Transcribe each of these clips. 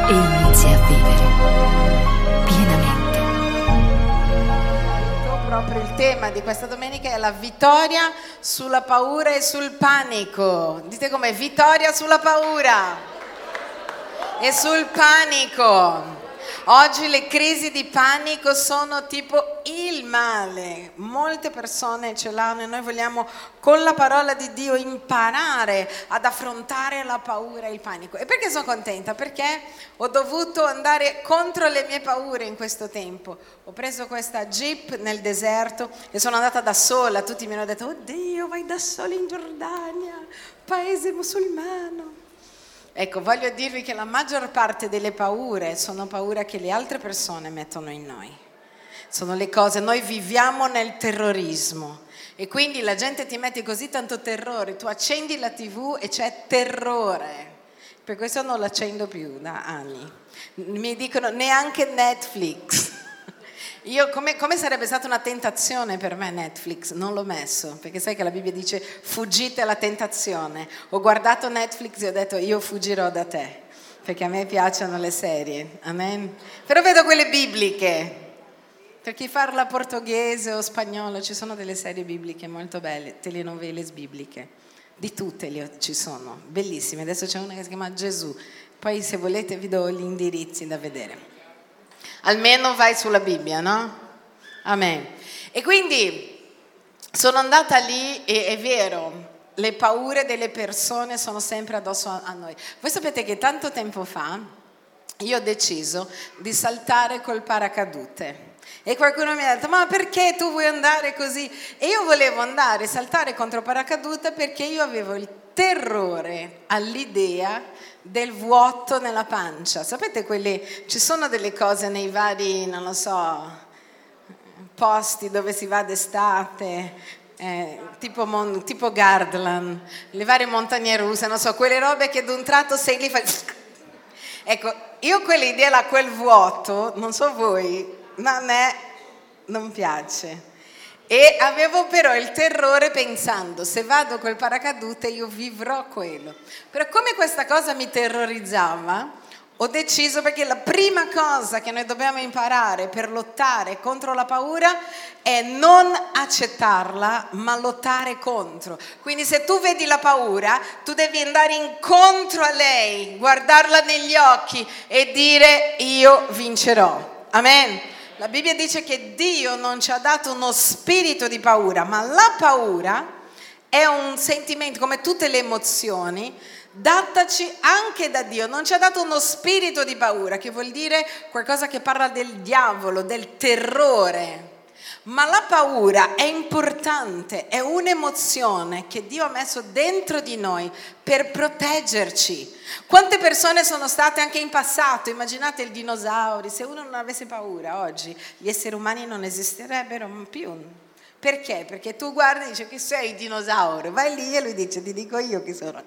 e inizi a vivere pienamente. Proprio il tema di questa domenica è la vittoria sulla paura e sul panico. Dite com'è? Vittoria sulla paura e sul panico. Oggi le crisi di panico sono tipo il male. Molte persone ce l'hanno e noi vogliamo con la parola di Dio imparare ad affrontare la paura e il panico. E perché sono contenta? Perché ho dovuto andare contro le mie paure in questo tempo. Ho preso questa Jeep nel deserto e sono andata da sola. Tutti mi hanno detto: oddio, vai da sola in Giordania, paese musulmano. Ecco, voglio dirvi che la maggior parte delle paure sono paure che le altre persone mettono in noi. Sono le cose, noi viviamo nel terrorismo e quindi la gente ti mette così tanto terrore, tu accendi la TV e c'è terrore. Per questo non l'accendo più da anni. Mi dicono neanche Netflix. Io come sarebbe stata una tentazione per me Netflix, non l'ho messo, perché sai che la Bibbia dice fuggite alla tentazione. Ho guardato Netflix e ho detto io fuggirò da te, perché a me piacciono le serie, amen. Però vedo quelle bibliche, per chi parla portoghese o spagnolo ci sono delle serie bibliche molto belle, telenovele bibliche, di tutte ci sono, bellissime. Adesso c'è una che si chiama Gesù, poi se volete vi do gli indirizzi da vedere. Almeno vai sulla Bibbia, no? Amen. E quindi sono andata lì e è vero, le paure delle persone sono sempre addosso a noi. Voi sapete che tanto tempo fa io ho deciso di saltare col paracadute. E qualcuno mi ha detto: ma perché tu vuoi andare così? E io volevo andare, saltare contro paracadute perché io avevo il terrore all'idea del vuoto nella pancia. Sapete ci sono delle cose nei vari, non lo so, posti dove si va d'estate, tipo Gardaland, le varie montagne russe, non so, quelle robe che ad un tratto sei lì fai... Ecco, io quell'idea, quel vuoto, non so voi, ma a me non piace. E avevo però il terrore pensando, se vado col paracadute io vivrò quello. Però come questa cosa mi terrorizzava, ho deciso, perché la prima cosa che noi dobbiamo imparare per lottare contro la paura è non accettarla, ma lottare contro. Quindi se tu vedi la paura, tu devi andare incontro a lei, guardarla negli occhi e dire: io vincerò. Amen. La Bibbia dice che Dio non ci ha dato uno spirito di paura, ma la paura è un sentimento, come tutte le emozioni, dataci anche da Dio. Non ci ha dato uno spirito di paura, che vuol dire qualcosa che parla del diavolo, del terrore. Ma la paura è importante, è un'emozione che Dio ha messo dentro di noi per proteggerci. Quante persone sono state anche in passato, immaginate i dinosauri, se uno non avesse paura oggi gli esseri umani non esisterebbero più. Perché? Perché tu guardi e dici: che sei il dinosauro, vai lì e lui dice: ti dico io che sono.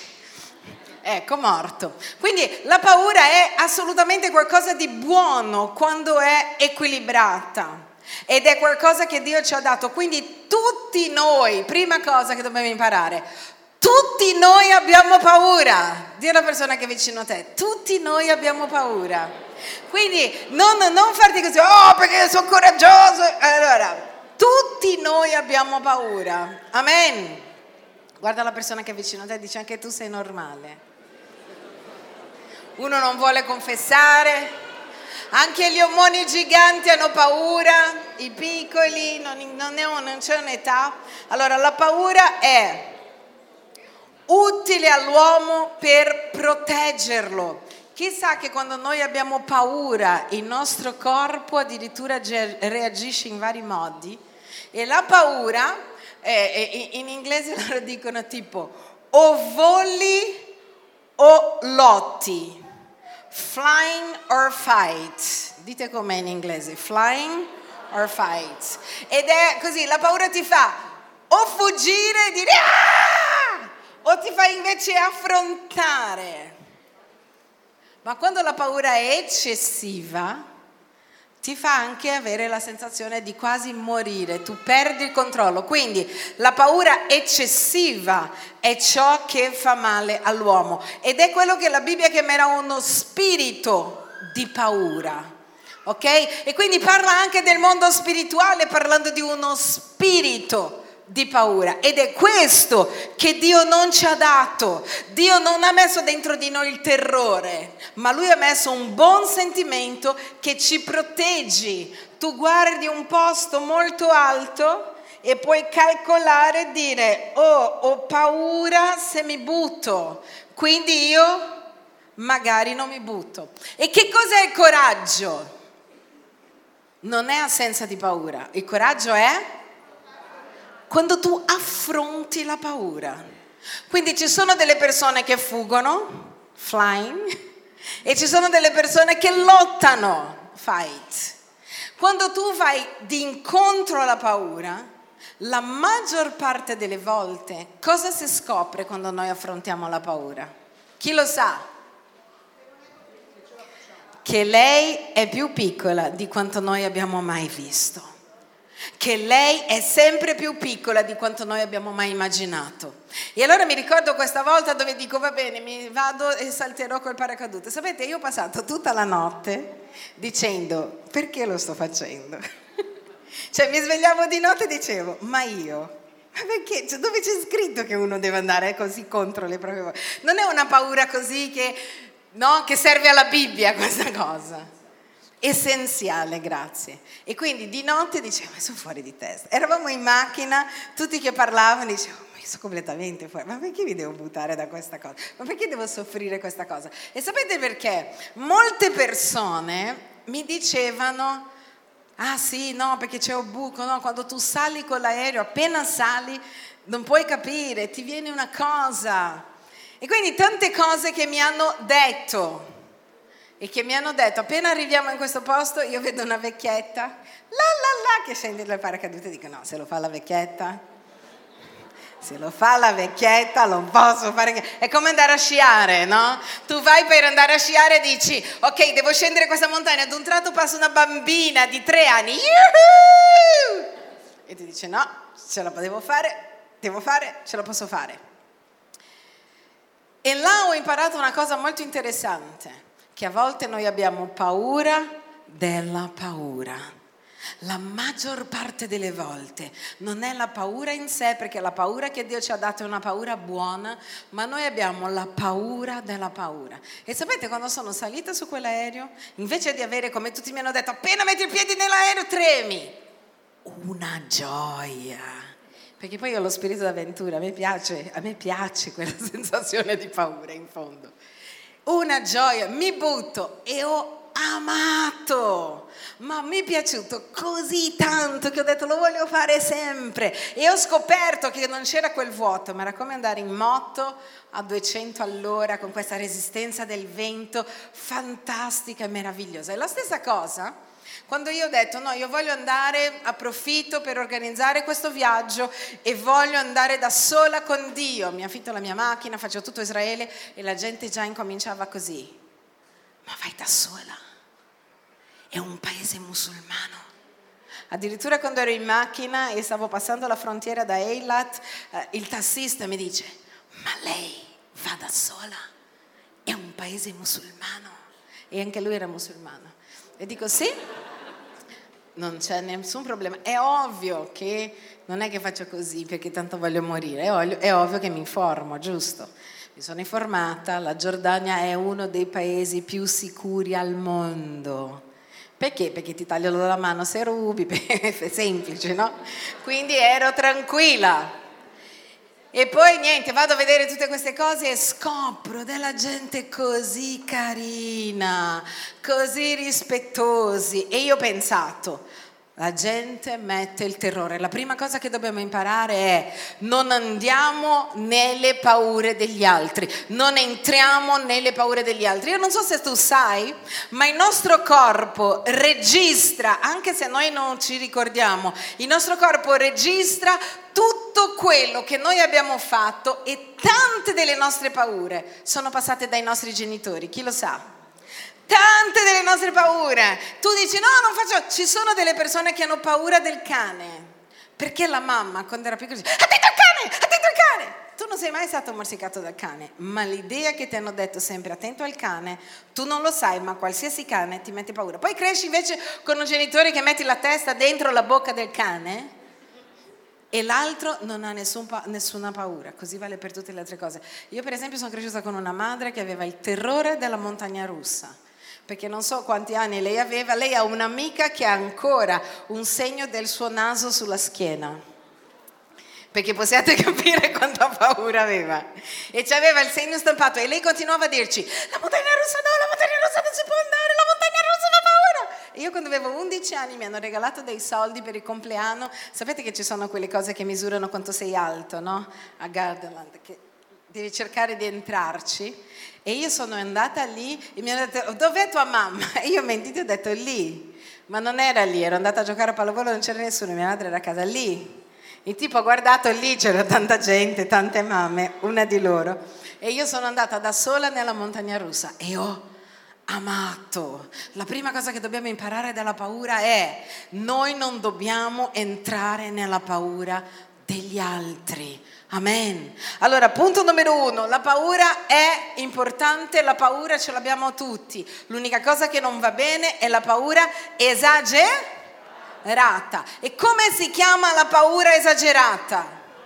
Ecco, morto. Quindi la paura è assolutamente qualcosa di buono quando è equilibrata. Ed è qualcosa che Dio ci ha dato. Quindi tutti noi, prima cosa che dobbiamo imparare, tutti noi abbiamo paura. Dì alla persona che è vicino a te: tutti noi abbiamo paura. Quindi non farti così: oh, perché sono coraggioso. Allora, tutti noi abbiamo paura. Amen. Guarda la persona che è vicino a te e dice: anche tu sei normale. Uno non vuole confessare. Anche gli omoni giganti hanno paura, i piccoli, non c'è un'età. Allora la paura è utile all'uomo per proteggerlo. Chissà che quando noi abbiamo paura il nostro corpo addirittura reagisce in vari modi. E la paura, in inglese loro dicono tipo o voli o lotti. Flying or fight. Dite com'è in inglese: flying or fight. Ed è così, la paura ti fa o fuggire e dire ah! O ti fa invece affrontare. Ma quando la paura è eccessiva, ti fa anche avere la sensazione di quasi morire, tu perdi il controllo. Quindi la paura eccessiva è ciò che fa male all'uomo ed è quello che la Bibbia chiamerà uno spirito di paura. Ok? E quindi parla anche del mondo spirituale parlando di uno spirito di paura ed è questo che Dio non ci ha dato. Dio non ha messo dentro di noi il terrore, ma Lui ha messo un buon sentimento che ci proteggi. Tu guardi un posto molto alto e puoi calcolare e dire: oh, ho paura se mi butto, quindi io magari non mi butto. E che cos'è il coraggio? Non è assenza di paura, il coraggio è quando tu affronti la paura. Quindi ci sono delle persone che fuggono, flying, e ci sono delle persone che lottano, fight. Quando tu vai di incontro alla paura, la maggior parte delle volte cosa si scopre quando noi affrontiamo la paura? Chi lo sa? Che lei è più piccola di quanto noi abbiamo mai visto, che lei è sempre più piccola di quanto noi abbiamo mai immaginato. E allora mi ricordo questa volta dove dico: va bene, mi vado e salterò col paracadute. Sapete, io ho passato tutta la notte dicendo: perché lo sto facendo? Cioè mi svegliavo di notte e dicevo: ma io? Ma perché? Cioè, dove c'è scritto che uno deve andare così contro le proprie paure? Non è una paura così che serve alla Bibbia questa cosa. Essenziale, grazie. E quindi di notte dicevo: ma sono fuori di testa. Eravamo in macchina, tutti che parlavano, dicevo: ma io sono completamente fuori, ma perché mi devo buttare da questa cosa? Ma perché devo soffrire questa cosa? E sapete perché? Molte persone mi dicevano: ah sì, no, perché c'è un buco, no, quando tu sali con l'aereo, appena sali non puoi capire, ti viene una cosa. E quindi tante cose che mi hanno detto e che mi hanno detto: appena arriviamo in questo posto io vedo una vecchietta che scende dal paracadute e dico: no, se lo fa la vecchietta non posso fare. È come andare a sciare, no? Tu vai per andare a sciare e dici: ok, devo scendere questa montagna, ad un tratto passa una bambina di 3 anni, yuhu! E ti dice: no, ce la devo fare, ce la posso fare. E là ho imparato una cosa molto interessante, che a volte noi abbiamo paura della paura. La maggior parte delle volte non è la paura in sé, perché la paura che Dio ci ha dato è una paura buona, ma noi abbiamo la paura della paura. E sapete, quando sono salita su quell'aereo, invece di avere, come tutti mi hanno detto, appena metti i piedi nell'aereo tremi, una gioia. Perché poi ho lo spirito d'avventura, a me piace quella sensazione di paura in fondo. Una gioia, mi butto e ho amato, ma mi è piaciuto così tanto che ho detto: lo voglio fare sempre. E ho scoperto che non c'era quel vuoto, ma era come andare in moto a 200 all'ora con questa resistenza del vento fantastica e meravigliosa. E la stessa cosa quando io ho detto: no, io voglio andare, approfitto per organizzare questo viaggio e voglio andare da sola con Dio, mi affitto la mia macchina, faccio tutto Israele, e la gente già incominciava così: ma vai da sola? È un paese musulmano. Addirittura quando ero in macchina e stavo passando la frontiera da Eilat, il tassista mi dice: ma lei va da sola? È un paese musulmano. E anche lui era musulmano. E dico: sì, non c'è nessun problema. È ovvio che non è che faccio così perché tanto voglio morire, è ovvio che mi informo, giusto? Mi sono informata, la Giordania è uno dei paesi più sicuri al mondo. Perché? Perché ti tagliano la mano se rubi, è semplice, no? Quindi ero tranquilla. E poi niente, vado a vedere tutte queste cose e scopro della gente così carina, così rispettosi. E io ho pensato: la gente mette il terrore. La prima cosa che dobbiamo imparare è: non andiamo nelle paure degli altri, non entriamo nelle paure degli altri. Io non so se tu sai, ma il nostro corpo registra, anche se noi non ci ricordiamo, il nostro corpo registra tutto quello che noi abbiamo fatto, e tante delle nostre paure sono passate dai nostri genitori. Chi lo sa? Tante delle nostre paure. Tu dici, no, non faccio. Ci sono delle persone che hanno paura del cane. Perché la mamma, quando era piccola, dice, attento al cane, attento al cane. Tu non sei mai stato morsicato dal cane, ma l'idea che ti hanno detto sempre, attento al cane, tu non lo sai, ma qualsiasi cane ti mette paura. Poi cresci invece con un genitore che metti la testa dentro la bocca del cane e l'altro non ha nessuna paura. Così vale per tutte le altre cose. Io per esempio sono cresciuta con una madre che aveva il terrore della montagna russa, perché non so quanti anni lei aveva. Lei ha un'amica che ha ancora un segno del suo naso sulla schiena, perché possiate capire quanta paura aveva, e c'aveva il segno stampato, e lei continuava a dirci, la montagna russa no, la montagna russa non si può andare, la montagna russa fa paura. E io quando avevo 11 anni mi hanno regalato dei soldi per il compleanno. Sapete che ci sono quelle cose che misurano quanto sei alto, no? A Gardaland, che devi cercare di entrarci. E io sono andata lì e mi hanno detto, dov'è tua mamma? E io ho mentito e ho detto lì, ma non era lì, ero andata a giocare a pallavolo, non c'era nessuno, mia madre era a casa lì. Il tipo ha guardato lì, c'era tanta gente, tante mamme, una di loro, e io sono andata da sola nella montagna russa e ho amato. La prima cosa che dobbiamo imparare dalla paura è, noi non dobbiamo entrare nella paura degli altri. Amen. Allora, punto numero 1, la paura è importante, la paura ce l'abbiamo tutti. L'unica cosa che non va bene è la paura esagerata. E come si chiama la paura esagerata?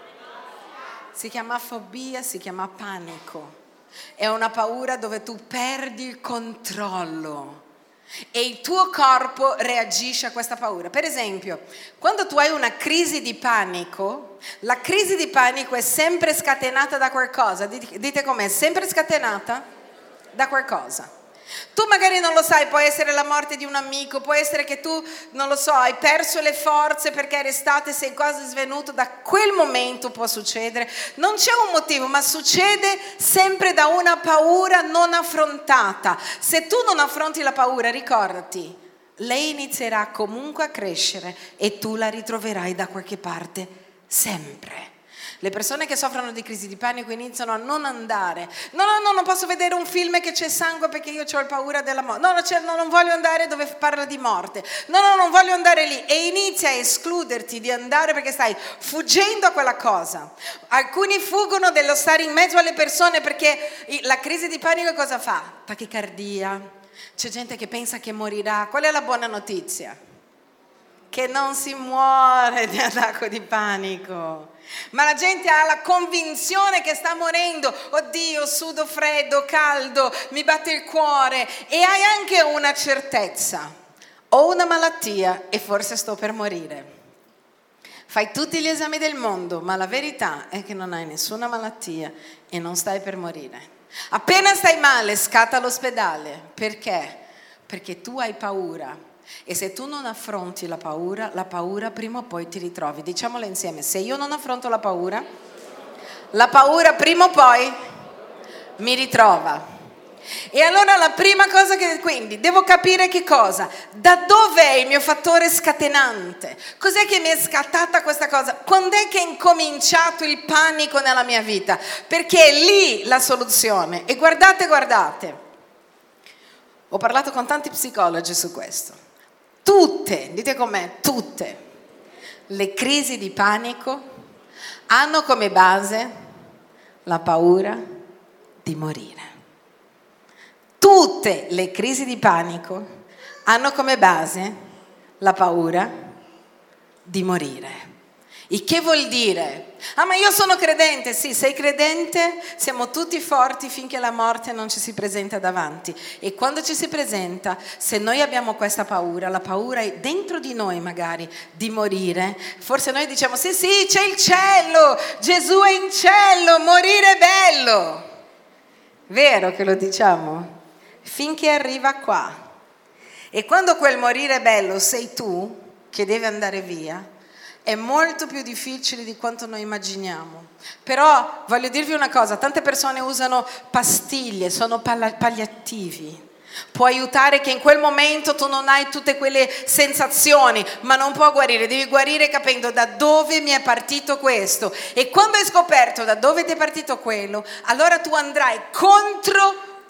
Si chiama fobia, si chiama panico. È una paura dove tu perdi il controllo e il tuo corpo reagisce a questa paura. Per esempio, quando tu hai una crisi di panico, la crisi di panico è sempre scatenata da qualcosa. Dite com'è? Sempre scatenata da qualcosa. Tu magari non lo sai, può essere la morte di un amico, può essere che tu, non lo so, hai perso le forze perché eri stato, sei quasi svenuto, da quel momento può succedere, non c'è un motivo, ma succede sempre da una paura non affrontata. Se tu non affronti la paura, ricordati, lei inizierà comunque a crescere e tu la ritroverai da qualche parte sempre. Le persone che soffrono di crisi di panico iniziano a non andare. No, non posso vedere un film che c'è sangue perché io ho paura della morte. No, non voglio andare dove parla di morte. No, non voglio andare lì. E inizia a escluderti di andare perché stai fuggendo a quella cosa. Alcuni fuggono dello stare in mezzo alle persone perché la crisi di panico cosa fa? Tachicardia. C'è gente che pensa che morirà. Qual è la buona notizia? Che non si muore di attacco di panico. Ma la gente ha la convinzione che sta morendo. Oddio, sudo freddo, caldo, mi batte il cuore. E hai anche una certezza. Ho una malattia e forse sto per morire. Fai tutti gli esami del mondo, ma la verità è che non hai nessuna malattia e non stai per morire. Appena stai male, scatta all'ospedale. Perché? Perché tu hai paura. E se tu non affronti la paura prima o poi ti ritrovi. Diciamolo insieme, se io non affronto la paura prima o poi mi ritrova. E allora la prima cosa che quindi devo capire che cosa? Da dov'è il mio fattore scatenante? Cos'è che mi è scattata questa cosa? Quando è che è incominciato il panico nella mia vita? Perché è lì la soluzione. E guardate, ho parlato con tanti psicologi su questo. Tutte, dite com'è, tutte le crisi di panico hanno come base la paura di morire. Tutte le crisi di panico hanno come base la paura di morire. Il che vuol dire? Ma io sono credente. Sì, sei credente, siamo tutti forti finché la morte non ci si presenta davanti. E quando ci si presenta, se noi abbiamo questa paura, la paura è dentro di noi magari di morire, forse noi diciamo sì, c'è il cielo, Gesù è in cielo, morire è bello. Vero che lo diciamo? Finché arriva qua. E quando quel morire è bello sei tu che devi andare via, è molto più difficile di quanto noi immaginiamo. Però voglio dirvi una cosa, tante persone usano pastiglie, sono palliativi. Può aiutare che in quel momento tu non hai tutte quelle sensazioni, ma non può guarire. Devi guarire capendo da dove mi è partito questo. E quando hai scoperto da dove ti è partito quello, allora tu andrai contro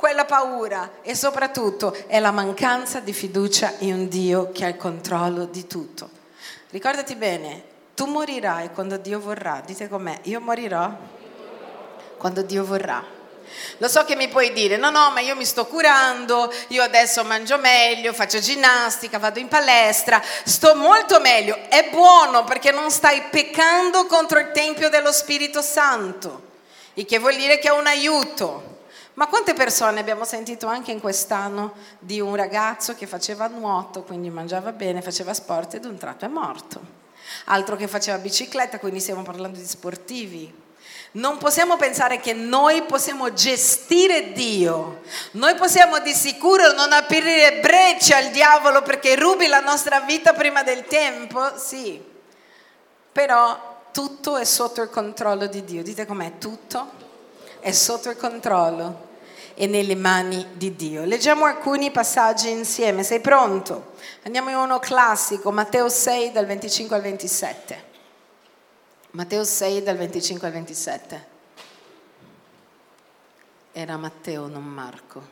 quella paura e soprattutto è la mancanza di fiducia in un Dio che ha il controllo di tutto. Ricordati bene, tu morirai quando Dio vorrà. Dite com'è, io morirò quando Dio vorrà. Lo so che mi puoi dire, no, ma io mi sto curando, io adesso mangio meglio, faccio ginnastica, vado in palestra, sto molto meglio. È buono perché non stai peccando contro il Tempio dello Spirito Santo, il che vuol dire che è un aiuto. Ma quante persone abbiamo sentito anche in quest'anno di un ragazzo che faceva nuoto, quindi mangiava bene, faceva sport e ad un tratto è morto. Altro che faceva bicicletta, quindi stiamo parlando di sportivi. Non possiamo pensare che noi possiamo gestire Dio. Noi possiamo di sicuro non aprire brecce al diavolo perché rubi la nostra vita prima del tempo, sì. Però tutto è sotto il controllo di Dio. Dite com'è, tutto è sotto il controllo e nelle mani di Dio. Leggiamo alcuni passaggi insieme. Sei pronto? Andiamo in uno classico, Matteo 6 dal 25 al 27. Matteo 6 dal 25 al 27. Era Matteo, non Marco.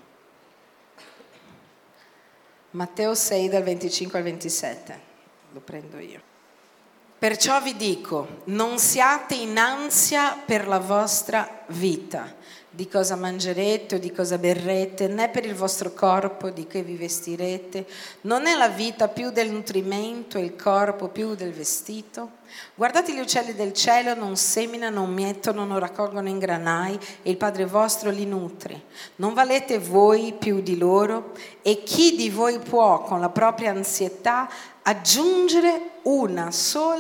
Matteo 6 dal 25 al 27. Lo prendo io. Perciò vi dico, non siate in ansia per la vostra vita, di cosa mangerete o di cosa berrete, né per il vostro corpo di che vi vestirete. Non è la vita più del nutrimento e il corpo più del vestito? Guardate gli uccelli del cielo, non seminano, non mietono, non raccolgono in granai e il Padre vostro li nutre. Non valete voi più di loro? E chi di voi può con la propria ansietà aggiungere un'ora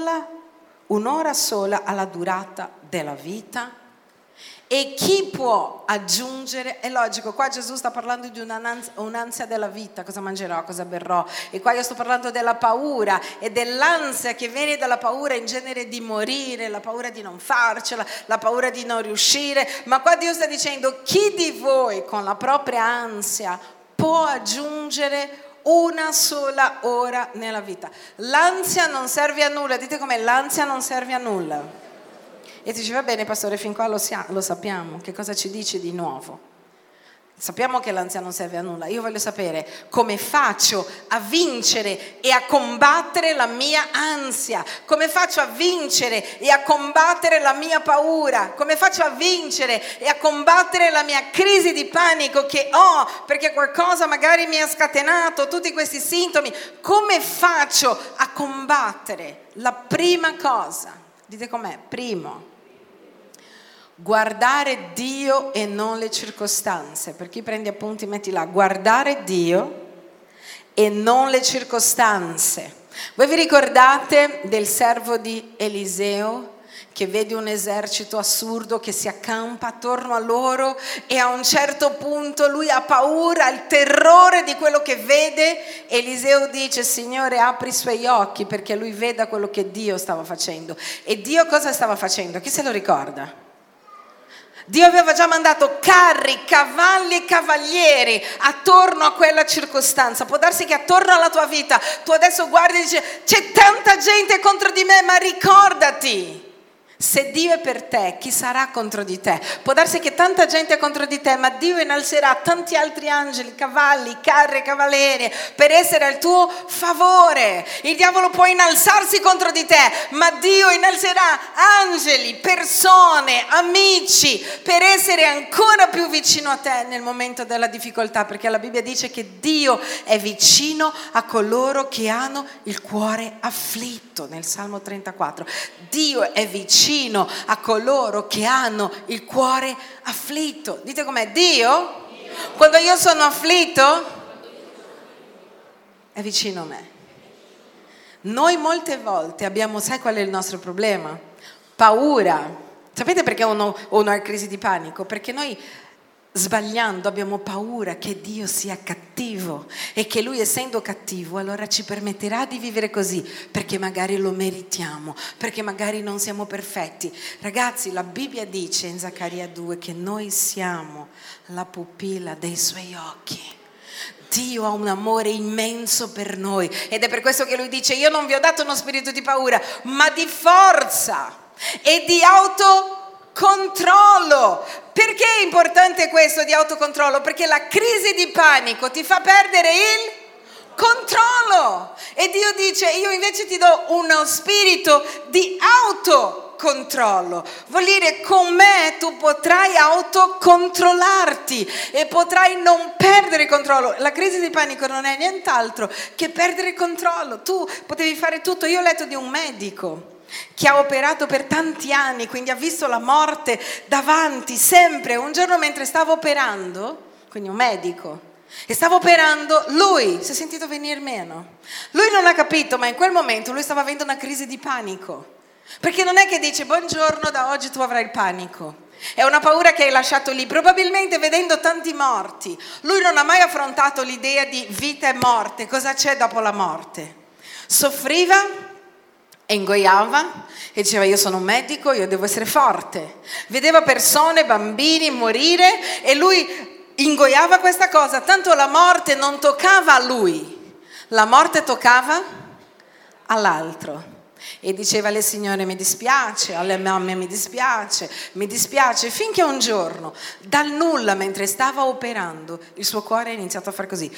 sola alla durata della vita? E chi può aggiungere, è logico, qua Gesù sta parlando di un'ansia della vita, cosa mangerò, cosa berrò, e qua io sto parlando della paura e dell'ansia che viene dalla paura in genere di morire, la paura di non farcela, la paura di non riuscire, ma qua Dio sta dicendo chi di voi con la propria ansia può aggiungere una sola ora nella vita. L'ansia non serve a nulla, dite com'è, l'ansia non serve a nulla. E ti dice, va bene pastore, fin qua lo sappiamo, che cosa ci dici di nuovo? Sappiamo che l'ansia non serve a nulla, io voglio sapere come faccio a vincere e a combattere la mia ansia, come faccio a vincere e a combattere la mia paura, come faccio a vincere e a combattere la mia crisi di panico che ho perché qualcosa magari mi ha scatenato tutti questi sintomi, come faccio a combattere? La prima cosa, dite com'è, primo, guardare Dio e non le circostanze. Per chi prende appunti metti là, guardare Dio e non le circostanze. Voi vi ricordate del servo di Eliseo che vede un esercito assurdo che si accampa attorno a loro e a un certo punto lui ha paura, ha il terrore di quello che vede. Eliseo dice, Signore, apri i suoi occhi perché lui veda quello che Dio stava facendo. E Dio cosa stava facendo? Chi se lo ricorda? Dio aveva già mandato carri, cavalli e cavalieri attorno a quella circostanza. Può darsi che attorno alla tua vita tu adesso guardi e dici, c'è tanta gente contro di me, ma ricordati, se Dio è per te, chi sarà contro di te? Può darsi che tanta gente è contro di te, ma Dio innalzerà tanti altri angeli, cavalli, carri e cavalieri per essere al tuo favore. Il diavolo può innalzarsi contro di te, ma Dio innalzerà angeli, persone, amici per essere ancora più vicino a te nel momento della difficoltà, perché la Bibbia dice che Dio è vicino a coloro che hanno il cuore afflitto, nel Salmo 34. Dio è vicino a coloro che hanno il cuore afflitto. Dite com'è, Dio? Quando io sono afflitto è vicino a me. Noi molte volte abbiamo, sai qual è il nostro problema? Paura. Sapete perché uno ha crisi di panico? Perché noi sbagliando abbiamo paura che Dio sia cattivo e che Lui, essendo cattivo, allora ci permetterà di vivere così perché magari lo meritiamo, perché magari non siamo perfetti. Ragazzi, la Bibbia dice in Zaccaria 2 che noi siamo la pupilla dei Suoi occhi. Dio ha un amore immenso per noi ed è per questo che Lui dice, io non vi ho dato uno spirito di paura, ma di forza e di autocontrollo. autocontrollo. Perché è importante questo di autocontrollo? Perché la crisi di panico ti fa perdere il controllo. E Dio dice: io invece ti do uno spirito di autocontrollo. Vuol dire, con me tu potrai autocontrollarti e potrai non perdere il controllo. La crisi di panico non è nient'altro che perdere il controllo. Tu potevi fare tutto. Io ho letto di un medico che ha operato per tanti anni, quindi ha visto la morte davanti sempre. Un giorno mentre stava operando, quindi un medico, e stava operando, lui si è sentito venire meno. Lui non ha capito, ma in quel momento lui stava avendo una crisi di panico. Perché non è che dice: buongiorno, da oggi tu avrai il panico. È una paura che hai lasciato lì, probabilmente vedendo tanti morti. Lui non ha mai affrontato l'idea di vita e morte, cosa c'è dopo la morte. Soffriva e ingoiava e diceva: io sono un medico, io devo essere forte. Vedeva persone, bambini morire e lui ingoiava questa cosa, tanto la morte non toccava a lui, la morte toccava all'altro. E diceva alle signore: mi dispiace, alle mamme mi dispiace, finché un giorno, dal nulla, mentre stava operando, il suo cuore ha iniziato a fare così.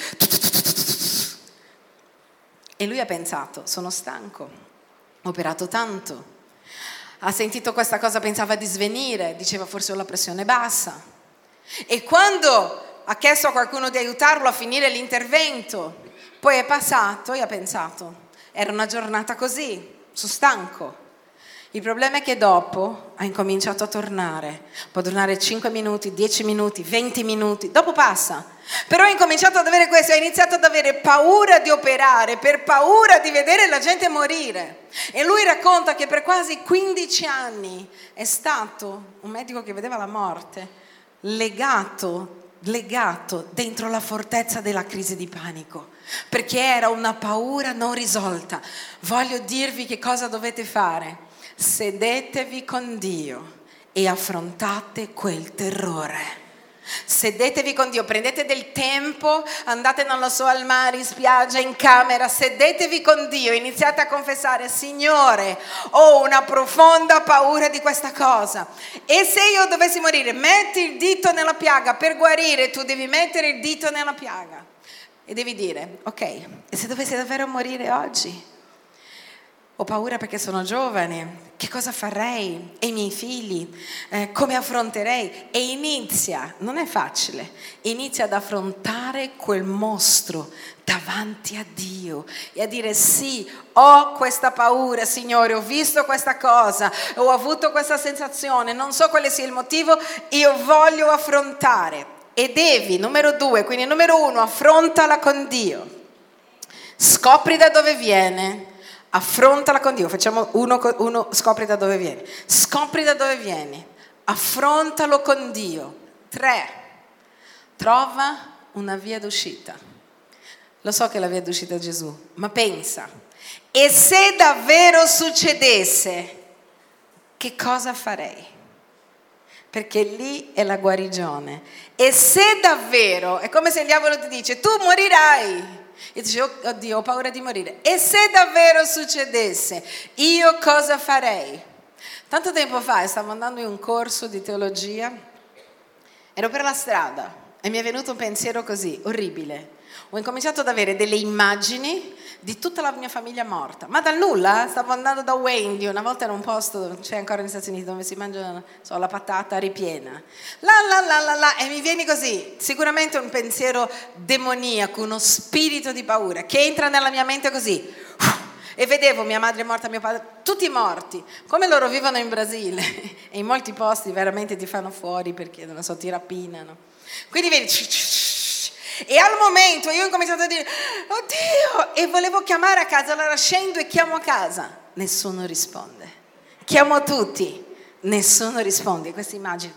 E lui ha pensato: sono stanco, ho operato tanto. Ha sentito questa cosa, pensava di svenire, diceva: forse ho la pressione bassa. E quando ha chiesto a qualcuno di aiutarlo a finire l'intervento, poi è passato e ha pensato: era una giornata così, sono stanco. Il problema è che dopo ha incominciato a tornare. Può tornare 5 minuti, 10 minuti, 20 minuti, dopo passa. Però ha incominciato ad avere questo, ha iniziato ad avere paura di operare, per paura di vedere la gente morire. E lui racconta che per quasi 15 anni è stato un medico che vedeva la morte, legato dentro la fortezza della crisi di panico, perché era una paura non risolta. Voglio dirvi che cosa dovete fare: sedetevi con Dio e affrontate quel terrore. Sedetevi con Dio, prendete del tempo, andate, non lo so, al mare, in spiaggia, in camera, sedetevi con Dio, iniziate a confessare: Signore, ho una profonda paura di questa cosa, e se io dovessi morire, metti il dito nella piaga. Per guarire tu devi mettere il dito nella piaga e devi dire: ok, e se dovessi davvero morire oggi? Ho paura perché sono giovane, che cosa farei? E i miei figli? Come affronterei? E inizia, non è facile, inizia ad affrontare quel mostro davanti a Dio e a dire: sì, ho questa paura, Signore, ho visto questa cosa, ho avuto questa sensazione, non so quale sia il motivo, io voglio affrontare. E devi, numero 2, quindi numero 1, affrontala con Dio, scopri da dove viene. Affrontala con Dio. Facciamo uno, scopri da dove vieni. Scopri da dove vieni. Affrontalo con Dio. 3, trova una via d'uscita. Lo so che la via d'uscita è Gesù, ma pensa: e se davvero succedesse, che cosa farei? Perché lì è la guarigione. E se davvero, è come se il diavolo ti dice: tu morirai. E dice: oddio, ho paura di morire. E se davvero succedesse, io cosa farei? Tanto tempo fa stavo andando in un corso di teologia, ero per la strada e mi è venuto un pensiero così, orribile. Ho incominciato ad avere delle immagini di tutta la mia famiglia morta, ma dal nulla. Stavo andando da Wendy, una volta era un posto, c'è ancora negli Stati Uniti, dove si mangia, so, la patata ripiena, e mi viene così, sicuramente un pensiero demoniaco, uno spirito di paura che entra nella mia mente così, e vedevo mia madre morta, mio padre, tutti morti, come loro vivono in Brasile e in molti posti veramente ti fanno fuori perché, non so, ti rapinano, quindi vedi. E al momento io ho cominciato a dire: oddio, e volevo chiamare a casa. Allora scendo e chiamo a casa, nessuno risponde. Chiamo tutti, nessuno risponde. Queste immagini.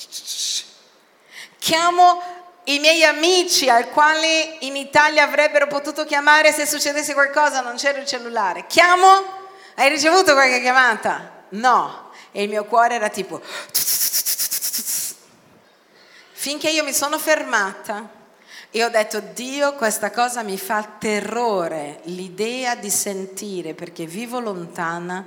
Chiamo i miei amici al quale in Italia avrebbero potuto chiamare se succedesse qualcosa, non c'era il cellulare. Chiamo: hai ricevuto qualche chiamata? No. E il mio cuore era tipo, finché io mi sono fermata e ho detto: Dio, questa cosa mi fa terrore, l'idea di sentire, perché vivo lontana,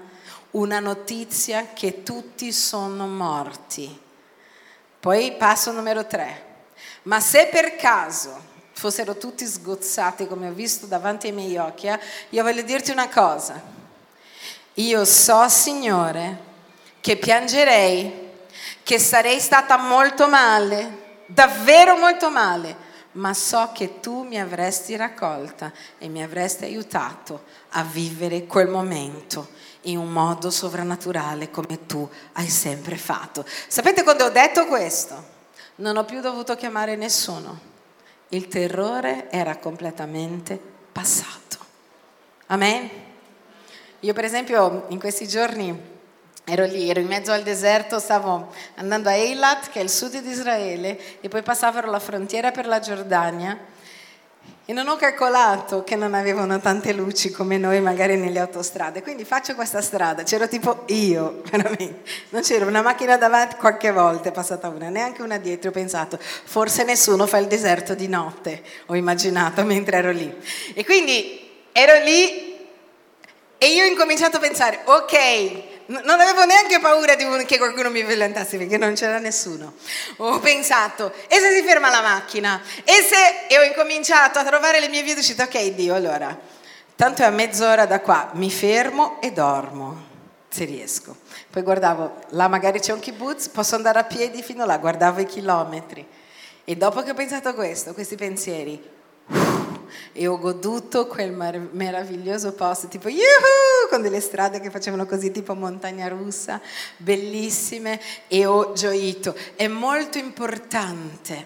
una notizia che tutti sono morti. Poi passo numero 3. Ma se per caso fossero tutti sgozzati come ho visto davanti ai miei occhi, io voglio dirti una cosa. Io so, Signore, che piangerei, che sarei stata molto male, davvero molto male, ma so che tu mi avresti raccolta e mi avresti aiutato a vivere quel momento in un modo sovrannaturale come tu hai sempre fatto. Sapete, quando ho detto questo, non ho più dovuto chiamare nessuno. Il terrore era completamente passato. Amen? Io per esempio in questi giorni ero in mezzo al deserto, stavo andando a Eilat, che è il sud di Israele, e poi passavano la frontiera per la Giordania, e non ho calcolato che non avevano tante luci come noi magari nelle autostrade, quindi faccio questa strada, c'ero tipo io, veramente, non c'era una macchina davanti, qualche volta è passata una, neanche una dietro, ho pensato, forse nessuno fa il deserto di notte, ho immaginato mentre ero lì, e quindi ero lì e io ho incominciato a pensare, ok, non avevo neanche paura che qualcuno mi violentasse perché non c'era nessuno. Ho pensato, e se si ferma la macchina? E ho incominciato a trovare le mie vie d'uscita. Ok, Dio, allora, tanto è a mezz'ora da qua, mi fermo e dormo, se riesco. Poi guardavo, là magari c'è un kibbutz, posso andare a piedi fino là, guardavo i chilometri. E dopo che ho pensato questi pensieri, e ho goduto quel meraviglioso posto tipo yuhu, con delle strade che facevano così tipo montagna russa, bellissime, e ho gioito. È molto importante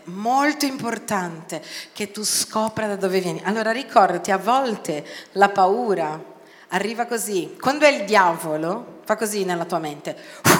che tu scopra da dove vieni. Allora ricordati, a volte la paura arriva così, quando è il diavolo fa così nella tua mente,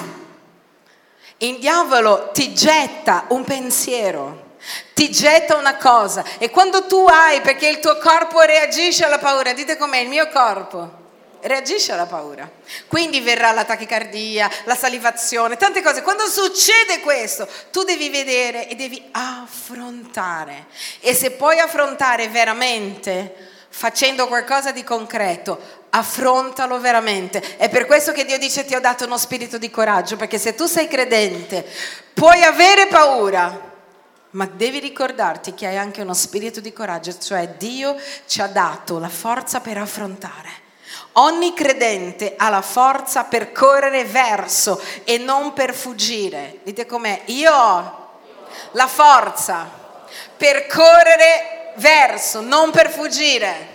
il diavolo ti getta un pensiero, ti getta una cosa, e quando tu hai, perché il tuo corpo reagisce alla paura, dite com'è, il mio corpo reagisce alla paura, quindi verrà la tachicardia, la salivazione, tante cose. Quando succede questo, tu devi vedere e devi affrontare, e se puoi affrontare veramente facendo qualcosa di concreto, affrontalo veramente. È per questo che Dio dice: ti ho dato uno spirito di coraggio, perché se tu sei credente puoi avere paura, ma devi ricordarti che hai anche uno spirito di coraggio, cioè Dio ci ha dato la forza per affrontare. Ogni credente ha la forza per correre verso e non per fuggire. Dite com'è? Io ho la forza per correre verso, non per fuggire.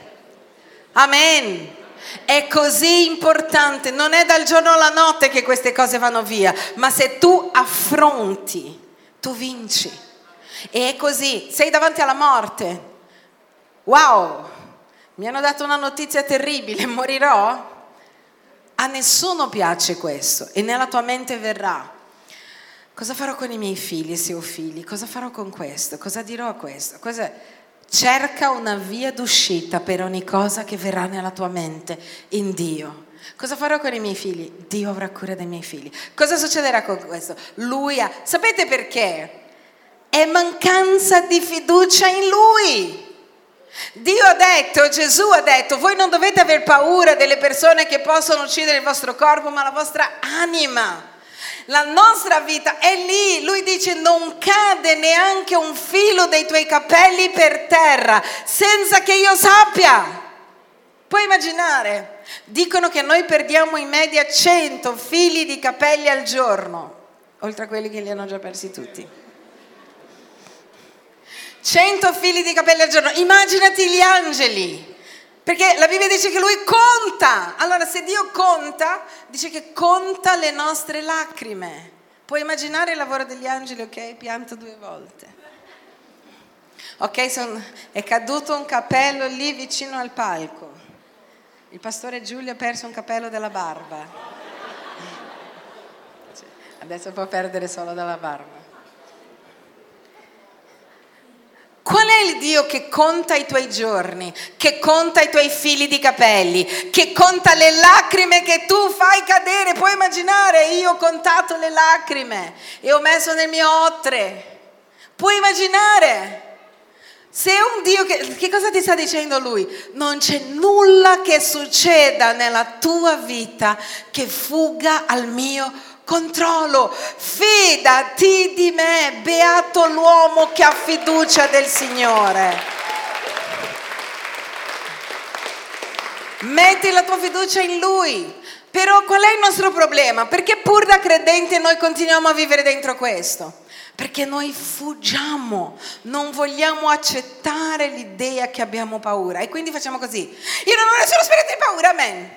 Amen. È così importante, non è dal giorno alla notte che queste cose vanno via, ma se tu affronti, tu vinci. E è così, sei davanti alla morte. Wow, mi hanno dato una notizia terribile, morirò? A nessuno piace questo, e nella tua mente verrà: cosa farò con i miei figli se ho figli? Cosa farò con questo? Cosa dirò a questo? Cerca una via d'uscita per ogni cosa che verrà nella tua mente in Dio. Cosa farò con i miei figli? Dio avrà cura dei miei figli. Cosa succederà con questo? Sapete perché? È mancanza di fiducia in Lui. Dio ha detto, Gesù ha detto: voi non dovete aver paura delle persone che possono uccidere il vostro corpo, ma la vostra anima. La nostra vita è lì. Lui dice: non cade neanche un filo dei tuoi capelli per terra senza che io sappia. Puoi immaginare? Dicono che noi perdiamo in media 100 fili di capelli al giorno, oltre a quelli che li hanno già persi tutti. 100 fili di capelli al giorno. Immaginati gli angeli, perché la Bibbia dice che Lui conta. Allora, se Dio conta, dice che conta le nostre lacrime. Puoi immaginare il lavoro degli angeli? Ok, pianto 2 volte. Ok, è caduto un capello lì vicino al palco. Il pastore Giulio ha perso un capello della barba. Adesso può perdere solo dalla barba. Qual è il Dio che conta i tuoi giorni, che conta i tuoi fili di capelli, che conta le lacrime che tu fai cadere? Puoi immaginare? Io ho contato le lacrime e ho messo nel mio ottre. Puoi immaginare? Se è un Dio che cosa ti sta dicendo lui? Non c'è nulla che succeda nella tua vita che fugga al mio controllo. Fidati di me, beato l'uomo che ha fiducia del Signore. Metti la tua fiducia in Lui. Però qual è il nostro problema? Perché pur da credente noi continuiamo a vivere dentro questo? Perché noi fuggiamo, non vogliamo accettare l'idea che abbiamo paura. E quindi facciamo così: io non ho nessuno spirito di paura, amen.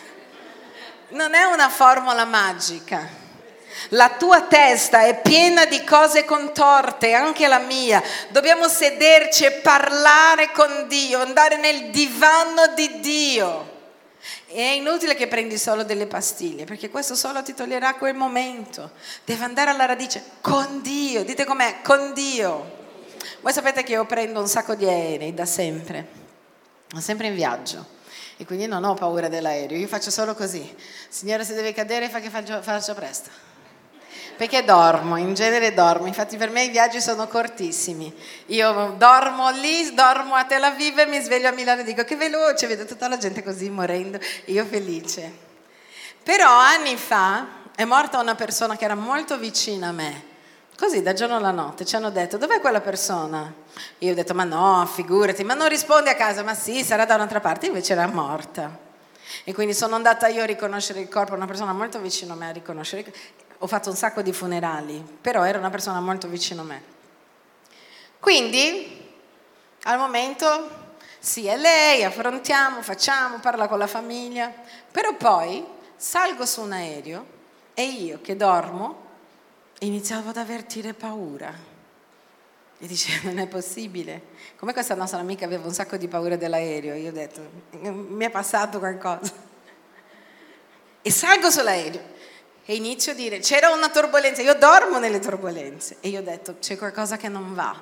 Non è una formula magica. La tua testa è piena di cose contorte, anche la mia. Dobbiamo sederci e parlare con Dio, andare nel divano di Dio. È inutile che prendi solo delle pastiglie, perché questo solo ti toglierà quel momento. Devi andare alla radice con Dio. Dite com'è, con Dio. Voi sapete che io prendo un sacco di aerei da sempre, sono sempre in viaggio e quindi non ho paura dell'aereo. Io faccio solo così: Signore, se deve cadere fa che faccia presto, perché dormo, in genere dormo. Infatti per me i viaggi sono cortissimi. Io dormo lì, dormo a Tel Aviv e mi sveglio a Milano e dico: che veloce, vedo tutta la gente così morendo, io felice. Però anni fa è morta una persona che era molto vicina a me, così da giorno alla notte. Ci hanno detto: dov'è quella persona? Io ho detto: ma no, figurati, ma non rispondi a casa. Ma sì, sarà da un'altra parte. Invece era morta. E quindi sono andata io a riconoscere il corpo, una persona molto vicino a me a riconoscere. Ho fatto un sacco di funerali, però era una persona molto vicino a me. Quindi, al momento, sì, è lei, affrontiamo, facciamo, parla con la famiglia, però poi salgo su un aereo e io che dormo iniziavo ad avvertire paura. E dice: non è possibile. Come questa nostra amica aveva un sacco di paura dell'aereo, io ho detto: mi è passato qualcosa. E salgo sull'aereo. E inizio a dire: c'era una turbolenza, io dormo nelle turbolenze. E io ho detto: c'è qualcosa che non va.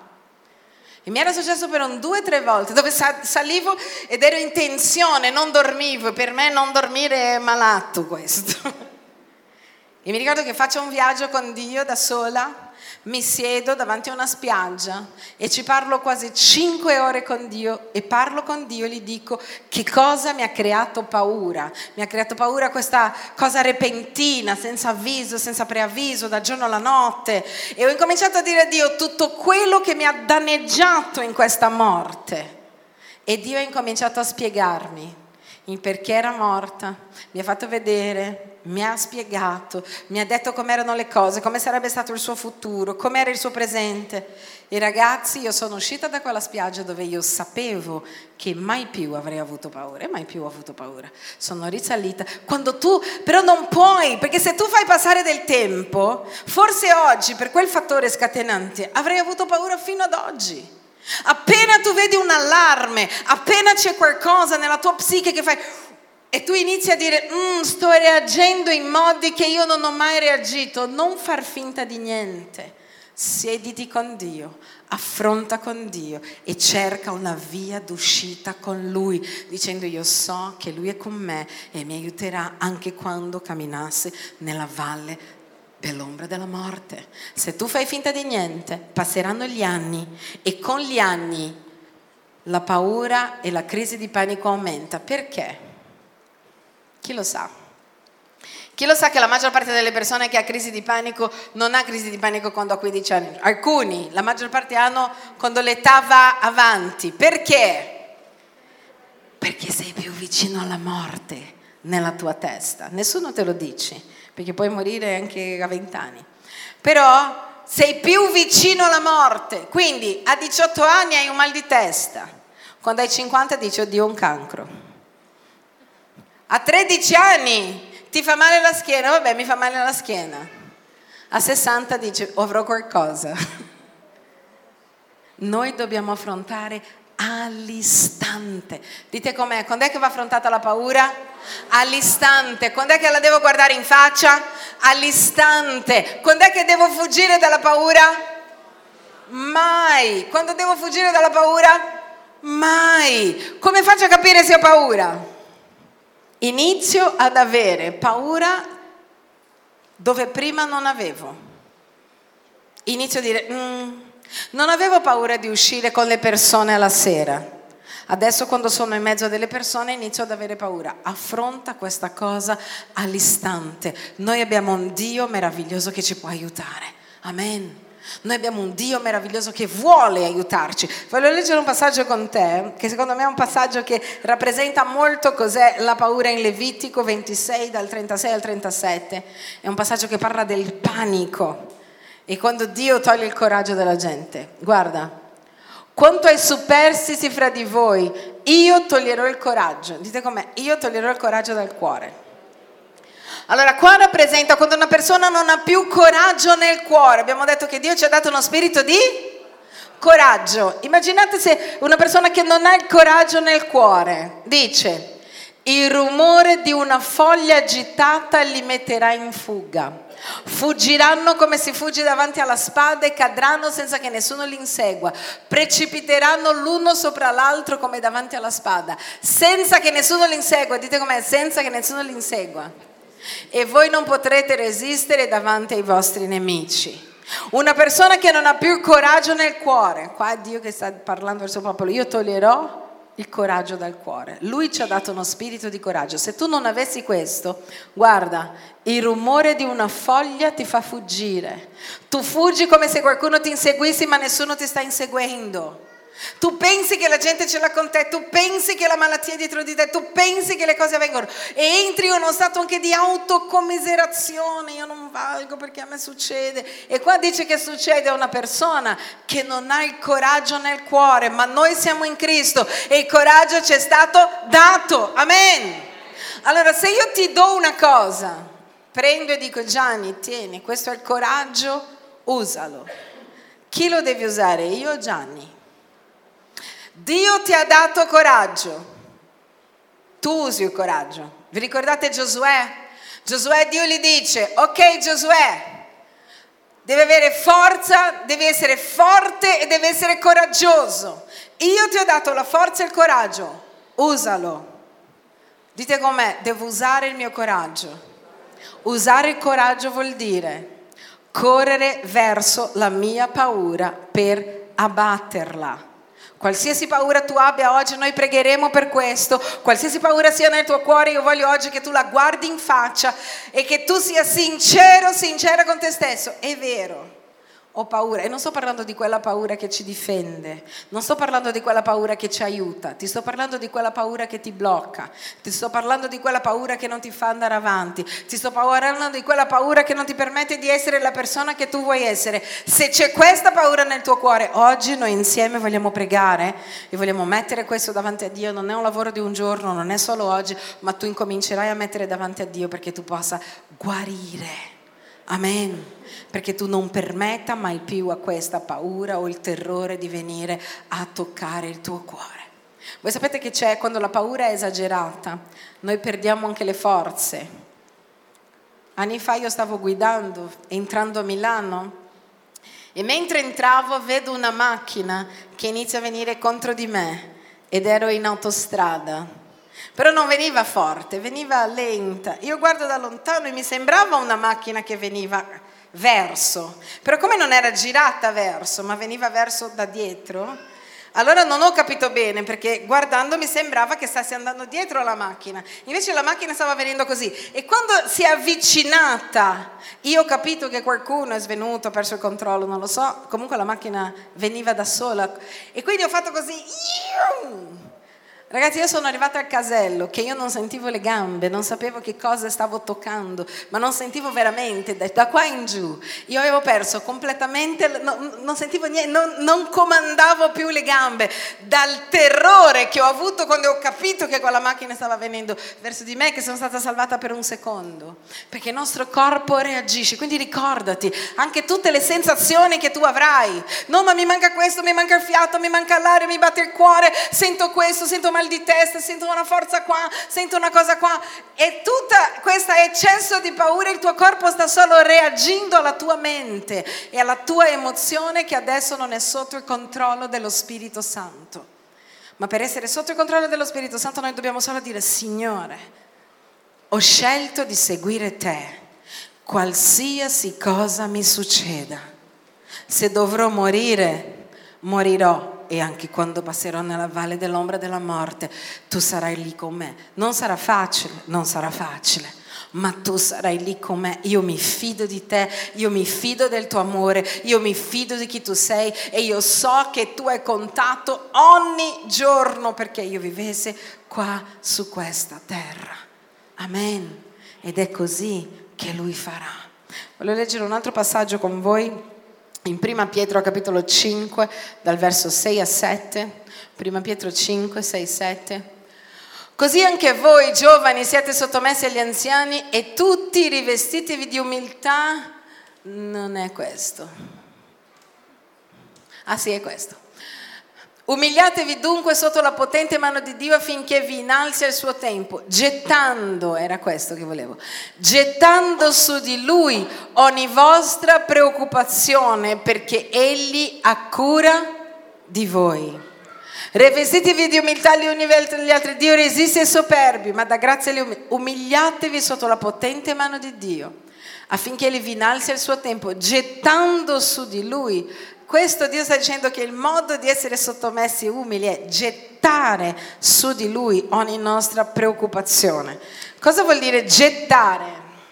E mi era successo per 2 o 3 volte, dove salivo ed ero in tensione, non dormivo. Per me non dormire è malato questo. E mi ricordo che faccio un viaggio con Dio da sola, mi siedo davanti a una spiaggia e ci parlo quasi 5 ore con Dio e parlo con Dio e gli dico che cosa mi ha creato paura. Mi ha creato paura questa cosa repentina, senza avviso, senza preavviso, da giorno alla notte. E ho incominciato a dire a Dio tutto quello che mi ha danneggiato in questa morte. E Dio ha incominciato a spiegarmi il perché era morta, mi ha fatto vedere, mi ha spiegato, mi ha detto com'erano le cose, come sarebbe stato il suo futuro, com'era il suo presente. E ragazzi, io sono uscita da quella spiaggia dove io sapevo che mai più avrei avuto paura, e mai più ho avuto paura. Sono risalita. Quando tu, però non puoi, perché se tu fai passare del tempo, forse oggi, per quel fattore scatenante, avrei avuto paura fino ad oggi. Appena tu vedi un allarme, appena c'è qualcosa nella tua psiche che fai e tu inizi a dire sto reagendo in modi che io non ho mai reagito, non far finta di niente. Siediti con Dio, affronta con Dio e cerca una via d'uscita con Lui, dicendo: io so che Lui è con me e mi aiuterà anche quando camminassi nella valle dell'ombra della morte. Se tu fai finta di niente, passeranno gli anni e con gli anni la paura e la crisi di panico aumenta. Perché? Chi lo sa? Chi lo sa che la maggior parte delle persone che ha crisi di panico non ha crisi di panico quando ha 15 anni? Alcuni, la maggior parte hanno quando l'età va avanti. Perché? Perché sei più vicino alla morte nella tua testa. Nessuno te lo dice, perché puoi morire anche a 20 anni. Però sei più vicino alla morte. Quindi a 18 anni hai un mal di testa. Quando hai 50 dici: oddio, un cancro. A 13 anni ti fa male la schiena, vabbè, mi fa male la schiena. A 60 dici: avrò qualcosa. Noi dobbiamo affrontare all'istante. Dite com'è? Quando è che va affrontata la paura? All'istante. Quando è che la devo guardare in faccia? All'istante. Quando è che devo fuggire dalla paura? Mai. Quando devo fuggire dalla paura? Mai. Come faccio a capire se ho paura? Inizio ad avere paura dove prima non avevo. Inizio a dire Non avevo paura di uscire con le persone alla sera. Adesso quando sono in mezzo a delle persone inizio ad avere paura. Affronta questa cosa all'istante. Noi abbiamo un Dio meraviglioso che ci può aiutare. Amen. Noi abbiamo un Dio meraviglioso che vuole aiutarci. Voglio leggere un passaggio con te, che secondo me è un passaggio che rappresenta molto cos'è la paura in Levitico 26, dal 36 al 37. È un passaggio che parla del panico e quando Dio toglie il coraggio dalla gente. Guarda, quanto ai superstiti fra di voi, io toglierò il coraggio. Dite com'è? Io toglierò il coraggio dal cuore. Allora, qua rappresenta quando una persona non ha più coraggio nel cuore. Abbiamo detto che Dio ci ha dato uno spirito di coraggio. Immaginate se una persona che non ha il coraggio nel cuore dice: il rumore di una foglia agitata li metterà in fuga. Fuggiranno come si fugge davanti alla spada e cadranno senza che nessuno li insegua. Precipiteranno l'uno sopra l'altro come davanti alla spada, senza che nessuno li insegua. Dite com'è? Senza che nessuno li insegua. E voi non potrete resistere davanti ai vostri nemici. Una persona che non ha più il coraggio nel cuore, qua è Dio che sta parlando al suo popolo: io toglierò il coraggio dal cuore. Lui ci ha dato uno spirito di coraggio. Se tu non avessi questo, guarda, il rumore di una foglia ti fa fuggire. Tu fuggi come se qualcuno ti inseguisse, ma nessuno ti sta inseguendo. Tu pensi che la gente ce l'ha con te, tu pensi che la malattia è dietro di te, tu pensi che le cose avvengono e entri in uno stato anche di autocommiserazione. Io non valgo perché a me succede. E qua dice che succede a una persona che non ha il coraggio nel cuore, ma noi siamo in Cristo e il coraggio ci è stato dato. Amen. Allora, se io ti do una cosa, prendo e dico: Gianni, tieni, questo è il coraggio, usalo. Chi lo devi usare? Io o Gianni? Dio ti ha dato coraggio, tu usi il coraggio. Vi ricordate Giosuè? Giosuè, Dio gli dice: ok Giosuè, devi avere forza, devi essere forte e devi essere coraggioso. Io ti ho dato la forza e il coraggio, usalo. Dite com'è? Devo usare il mio coraggio. Usare il coraggio vuol dire correre verso la mia paura per abbatterla. Qualsiasi paura tu abbia oggi, noi pregheremo per questo. Qualsiasi paura sia nel tuo cuore, io voglio oggi che tu la guardi in faccia e che tu sia sincera con te stesso. È vero, ho paura. E non sto parlando di quella paura che ci difende, non sto parlando di quella paura che ci aiuta, ti sto parlando di quella paura che ti blocca, ti sto parlando di quella paura che non ti fa andare avanti, ti sto parlando di quella paura che non ti permette di essere la persona che tu vuoi essere. Se c'è questa paura nel tuo cuore, oggi noi insieme vogliamo pregare e vogliamo mettere questo davanti a Dio. Non è un lavoro di un giorno, non è solo oggi, ma tu incomincerai a mettere davanti a Dio perché tu possa guarire. Amen. Perché tu non permetta mai più a questa paura o il terrore di venire a toccare il tuo cuore. Voi sapete che c'è, quando la paura è esagerata, noi perdiamo anche le forze. Anni fa io stavo guidando, entrando a Milano, e mentre entravo vedo una macchina che inizia a venire contro di me ed ero in autostrada. Però non veniva forte, veniva lenta. Io guardo da lontano e mi sembrava una macchina che veniva verso, però come non era girata verso, ma veniva verso da dietro, allora non ho capito bene, perché guardando mi sembrava che stessi andando dietro alla macchina, invece la macchina stava venendo così. E quando si è avvicinata, io ho capito che qualcuno è svenuto, ha perso il controllo, non lo so, comunque la macchina veniva da sola. E quindi ho fatto così. Ragazzi, io sono arrivata al casello che io non sentivo le gambe, non sapevo che cosa stavo toccando, ma non sentivo veramente, da qua in giù. Io avevo perso completamente, non sentivo niente, non comandavo più le gambe, dal terrore che ho avuto quando ho capito che quella macchina stava venendo verso di me, che sono stata salvata per un secondo, perché il nostro corpo reagisce. Quindi ricordati anche tutte le sensazioni che tu avrai. No, ma mi manca questo, mi manca il fiato, mi manca l'aria, mi batte il cuore, sento questo, sento mal di testa, sento una forza qua, sento una cosa qua, e tutta questa eccesso di paura, il tuo corpo sta solo reagendo alla tua mente e alla tua emozione che adesso non è sotto il controllo dello Spirito Santo. Ma per essere sotto il controllo dello Spirito Santo noi dobbiamo solo dire: Signore, ho scelto di seguire te, qualsiasi cosa mi succeda. Se dovrò morire, morirò. E anche quando passerò nella valle dell'ombra della morte, tu sarai lì con me. Non sarà facile, ma tu sarai lì con me. Io mi fido di te, io mi fido del tuo amore, io mi fido di chi tu sei e io so che tu hai contato ogni giorno perché io vivessi qua su questa terra. Amen. Ed è così che lui farà. Voglio leggere un altro passaggio con voi in 1 Pietro capitolo 5 dal verso 6 a 7. 1 Pietro 5, 6, 7. Così anche voi giovani siete sottomessi agli anziani e tutti rivestitevi di umiltà. Non è questo. Ah sì, è questo. Umiliatevi dunque sotto la potente mano di Dio affinché vi innalzi al suo tempo, gettando su di Lui ogni vostra preoccupazione, perché Egli ha cura di voi. Rivestitevi di umiltà gli uni verso gli altri. Dio resiste ai superbi, ma dà grazia agli umili. Umiliatevi sotto la potente mano di Dio, affinché Egli vi innalzi al suo tempo, gettando su di Lui. Questo Dio sta dicendo che il modo di essere sottomessi e umili è gettare su di Lui ogni nostra preoccupazione. Cosa vuol dire gettare?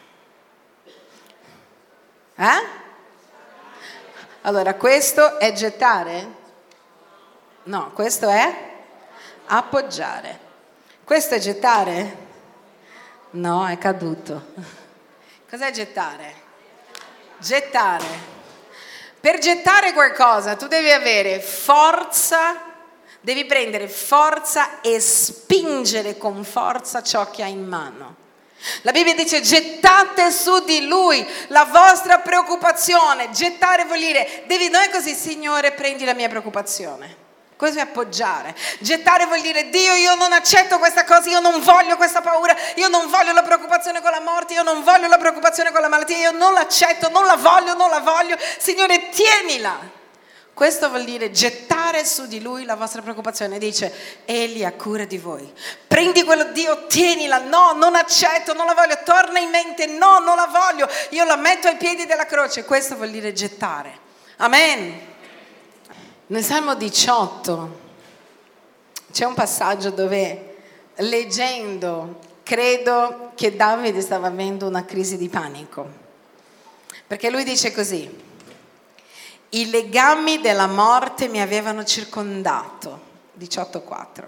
Allora, questo è gettare? No, questo è appoggiare. Questo è gettare? No, è caduto. Cos'è gettare? Gettare. Per gettare qualcosa tu devi avere forza, devi prendere forza e spingere con forza ciò che hai in mano. La Bibbia dice gettate su di Lui la vostra preoccupazione. Gettare vuol dire, non è così, Signore prendi la mia preoccupazione. Questo è appoggiare. Gettare vuol dire Dio, io non accetto questa cosa, io non voglio questa paura, io non voglio la preoccupazione con la morte, io non voglio la preoccupazione con la malattia, io non l'accetto, non la voglio, Signore tienila. Questo vuol dire gettare su di Lui la vostra preoccupazione. Dice Egli ha cura di voi. Prendi quello, Dio tienila, no non accetto, non la voglio, torna in mente, no non la voglio, io la metto ai piedi della croce. Questo vuol dire gettare. Amen. Nel Salmo 18 c'è un passaggio dove, leggendo, credo che Davide stava avendo una crisi di panico, perché lui dice così: i legami della morte mi avevano circondato. 18,4.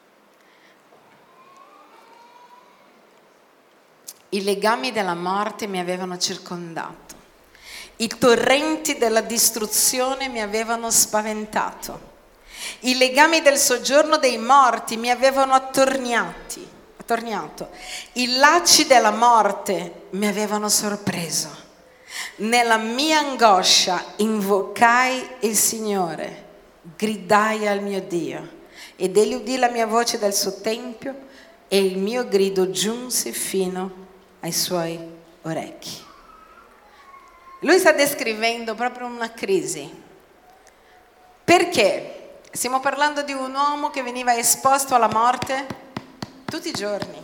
I legami della morte mi avevano circondato. I torrenti della distruzione mi avevano spaventato. I legami del soggiorno dei morti mi avevano attorniato. I lacci della morte mi avevano sorpreso. Nella mia angoscia invocai il Signore, gridai al mio Dio, ed Egli udì la mia voce dal suo tempio, e il mio grido giunse fino ai suoi orecchi. Lui sta descrivendo proprio una crisi. Perché? Stiamo parlando di un uomo che veniva esposto alla morte tutti i giorni.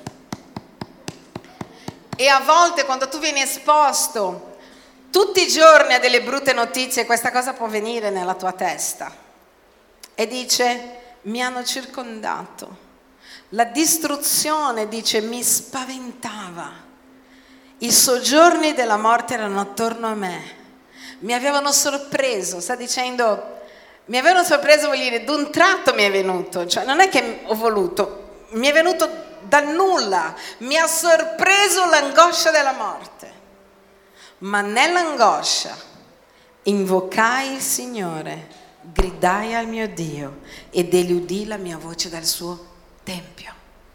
E a volte quando tu vieni esposto tutti i giorni a delle brutte notizie, questa cosa può venire nella tua testa. E dice, mi hanno circondato. La distruzione, dice, mi spaventava. I soggiorni della morte erano attorno a me, mi avevano sorpreso. Sta dicendo, mi avevano sorpreso vuol dire d'un tratto mi è venuto, cioè non è che ho voluto, mi è venuto dal nulla, mi ha sorpreso l'angoscia della morte. Ma nell'angoscia invocai il Signore, gridai al mio Dio, ed Egli udì la mia voce dal suo tempio.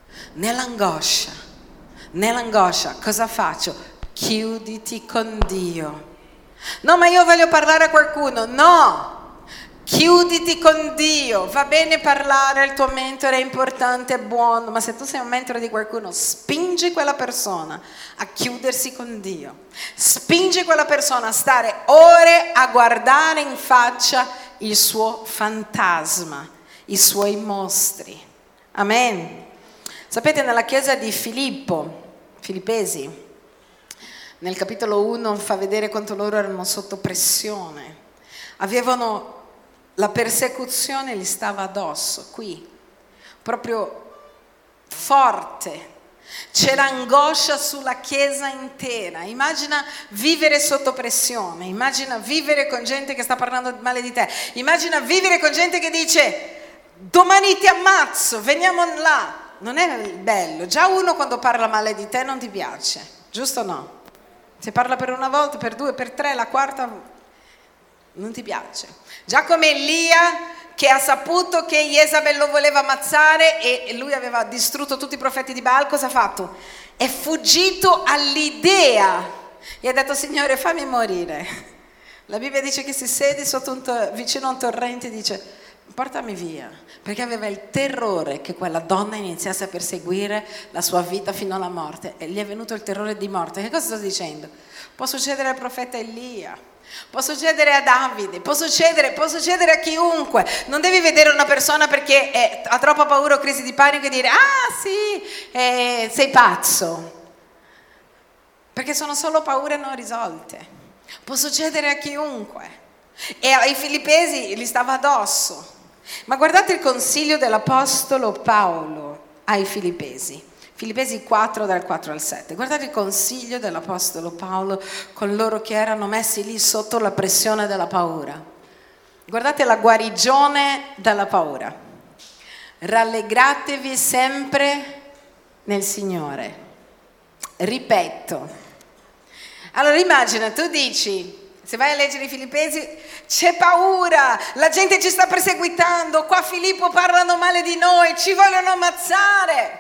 Nell'angoscia cosa faccio? Chiuditi con Dio. No, ma io voglio parlare a qualcuno. No, chiuditi con Dio. Va bene parlare, il tuo mentore è importante, è buono, ma se tu sei un mentore di qualcuno, spingi quella persona a chiudersi con Dio. Spingi quella persona a stare ore a guardare in faccia il suo fantasma, i suoi mostri. Amen. Sapete, nella chiesa di Filippesi, nel capitolo 1 fa vedere quanto loro erano sotto pressione. la persecuzione gli stava addosso, qui, proprio forte. C'era angoscia sulla chiesa intera. Immagina vivere sotto pressione, immagina vivere con gente che sta parlando male di te, immagina vivere con gente che dice domani ti ammazzo, veniamo là. Non è bello. Già uno quando parla male di te non ti piace, giusto o no? Se parla per una volta, per due, per tre, la quarta non ti piace. Già come Elia, che ha saputo che Jezabel lo voleva ammazzare e lui aveva distrutto tutti i profeti di Baal, cosa ha fatto? È fuggito all'idea e ha detto: Signore, fammi morire. La Bibbia dice che si siede vicino a un torrente e dice: portami via, perché aveva il terrore che quella donna iniziasse a perseguire la sua vita fino alla morte, e gli è venuto il terrore di morte. Che cosa sto dicendo? Può succedere al profeta Elia, può succedere a Davide, può succedere a chiunque. Non devi vedere una persona perché ha troppa paura o crisi di panico e dire: ah sì, sei pazzo, perché sono solo paure non risolte. Può succedere a chiunque. E ai Filippesi gli stava addosso. Ma guardate il consiglio dell'Apostolo Paolo ai Filippesi. Filippesi 4 dal 4 al 7. Guardate il consiglio dell'Apostolo Paolo con loro che erano messi lì sotto la pressione della paura. Guardate la guarigione dalla paura. Rallegratevi sempre nel Signore. Ripeto. Allora immagina, tu dici, se vai a leggere i Filippesi, c'è paura, la gente ci sta perseguitando, qua a Filippo parlano male di noi, ci vogliono ammazzare.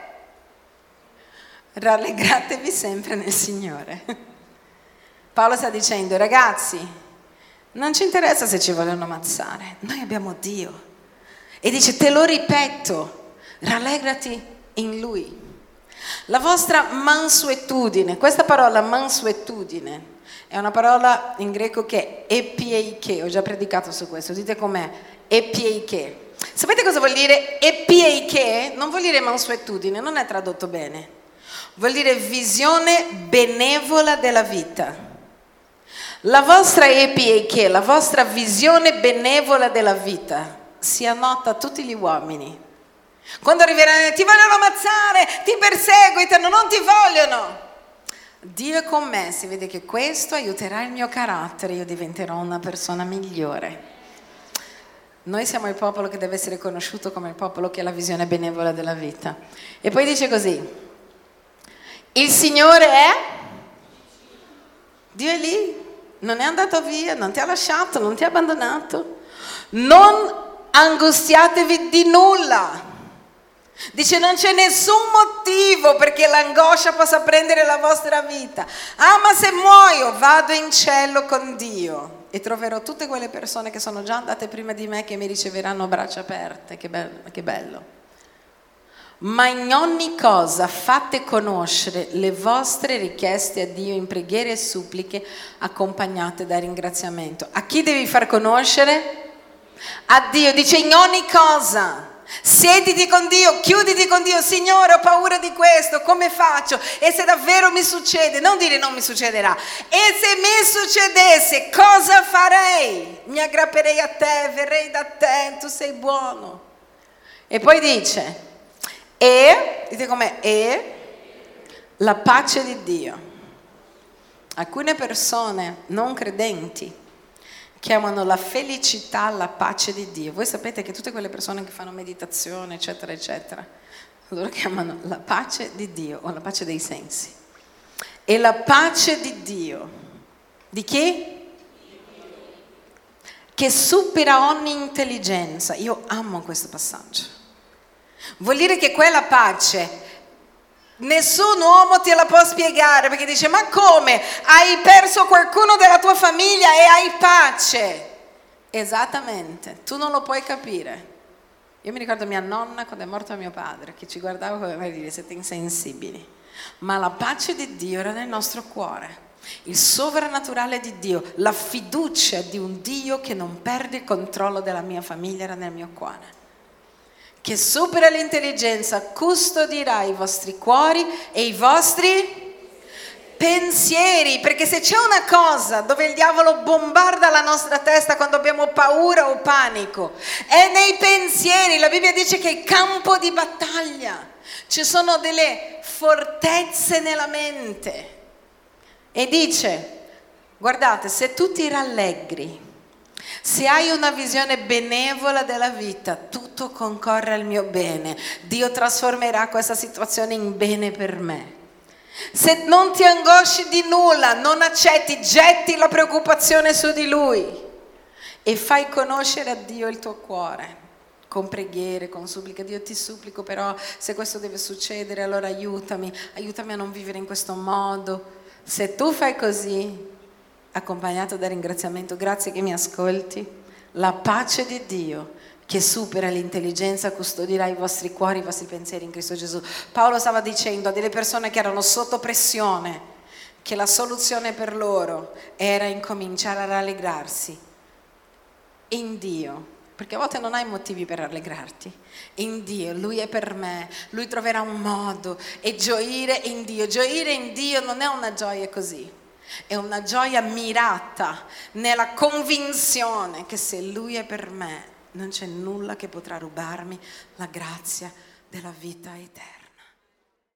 Rallegratevi sempre nel Signore. Paolo sta dicendo: ragazzi, non ci interessa se ci vogliono ammazzare, noi abbiamo Dio. E dice: te lo ripeto, rallegrati in Lui. La vostra mansuetudine, questa parola mansuetudine è una parola in greco che è epieike, ho già predicato su questo, dite com'è, epieike. Sapete cosa vuol dire epieike? Non vuol dire mansuetudine, non è tradotto bene, vuol dire visione benevola della vita. La vostra epieike, la vostra visione benevola della vita sia nota a tutti gli uomini. Quando arriveranno, ti vogliono ammazzare, ti perseguitano, non ti vogliono. Dio è con me, si vede che questo aiuterà il mio carattere, io diventerò una persona migliore. Noi siamo il popolo che deve essere conosciuto come il popolo che ha la visione benevola della vita. E poi dice così: il Signore è? Dio è lì, non è andato via, non ti ha lasciato, non ti ha abbandonato. Non angustiatevi di nulla. Dice: non c'è nessun motivo perché l'angoscia possa prendere la vostra vita. Ah, ma se muoio vado in cielo con Dio e troverò tutte quelle persone che sono già andate prima di me che mi riceveranno a braccia aperte. Che bello. Ma in ogni cosa fate conoscere le vostre richieste a Dio in preghiere e suppliche accompagnate da ringraziamento. A chi devi far conoscere? A Dio. Dice: in ogni cosa. Siediti con Dio, chiuditi con Dio. Signore, ho paura di questo, come faccio? E se davvero mi succede? Non dire non mi succederà. E se mi succedesse, cosa farei? Mi aggrapperei a te, verrei da te, tu sei buono. E poi dice: dite com'è? E la pace di Dio. Alcune persone non credenti chiamano la felicità la pace di Dio. Voi sapete che tutte quelle persone che fanno meditazione, eccetera, eccetera, loro chiamano la pace di Dio o la pace dei sensi. E la pace di Dio, di chi? Che supera ogni intelligenza. Io amo questo passaggio. Vuol dire che quella pace nessun uomo te la può spiegare, perché dice: ma come? Hai perso qualcuno della tua famiglia e hai pace? Esattamente, tu non lo puoi capire. Io mi ricordo mia nonna quando è morto mio padre, che ci guardava come per dire: siete insensibili. Ma la pace di Dio era nel nostro cuore, il sovrannaturale di Dio, la fiducia di un Dio che non perde il controllo della mia famiglia era nel mio cuore, che supera l'intelligenza, custodirà i vostri cuori e i vostri pensieri, perché se c'è una cosa dove il diavolo bombarda la nostra testa quando abbiamo paura o panico, è nei pensieri. La Bibbia dice che è campo di battaglia, ci sono delle fortezze nella mente. E dice, guardate, se tu ti rallegri, se hai una visione benevola della vita, tutto concorre al mio bene. Dio trasformerà questa situazione in bene per me. Se non ti angosci di nulla, non accetti, getti la preoccupazione su di Lui e fai conoscere a Dio il tuo cuore. Con preghiere, con suppliche. Dio, ti supplico però, se questo deve succedere, allora aiutami a non vivere in questo modo. Se tu fai così, accompagnato da ringraziamento, grazie che mi ascolti, la pace di Dio che supera l'intelligenza custodirà i vostri cuori, i vostri pensieri in Cristo Gesù. Paolo stava dicendo a delle persone che erano sotto pressione che la soluzione per loro era incominciare a rallegrarsi in Dio, perché a volte non hai motivi per rallegrarti. In Dio, Lui è per me, Lui troverà un modo, e gioire in Dio. Gioire in Dio non è una gioia così. È una gioia mirata nella convinzione che se Lui è per me non c'è nulla che potrà rubarmi la grazia della vita eterna.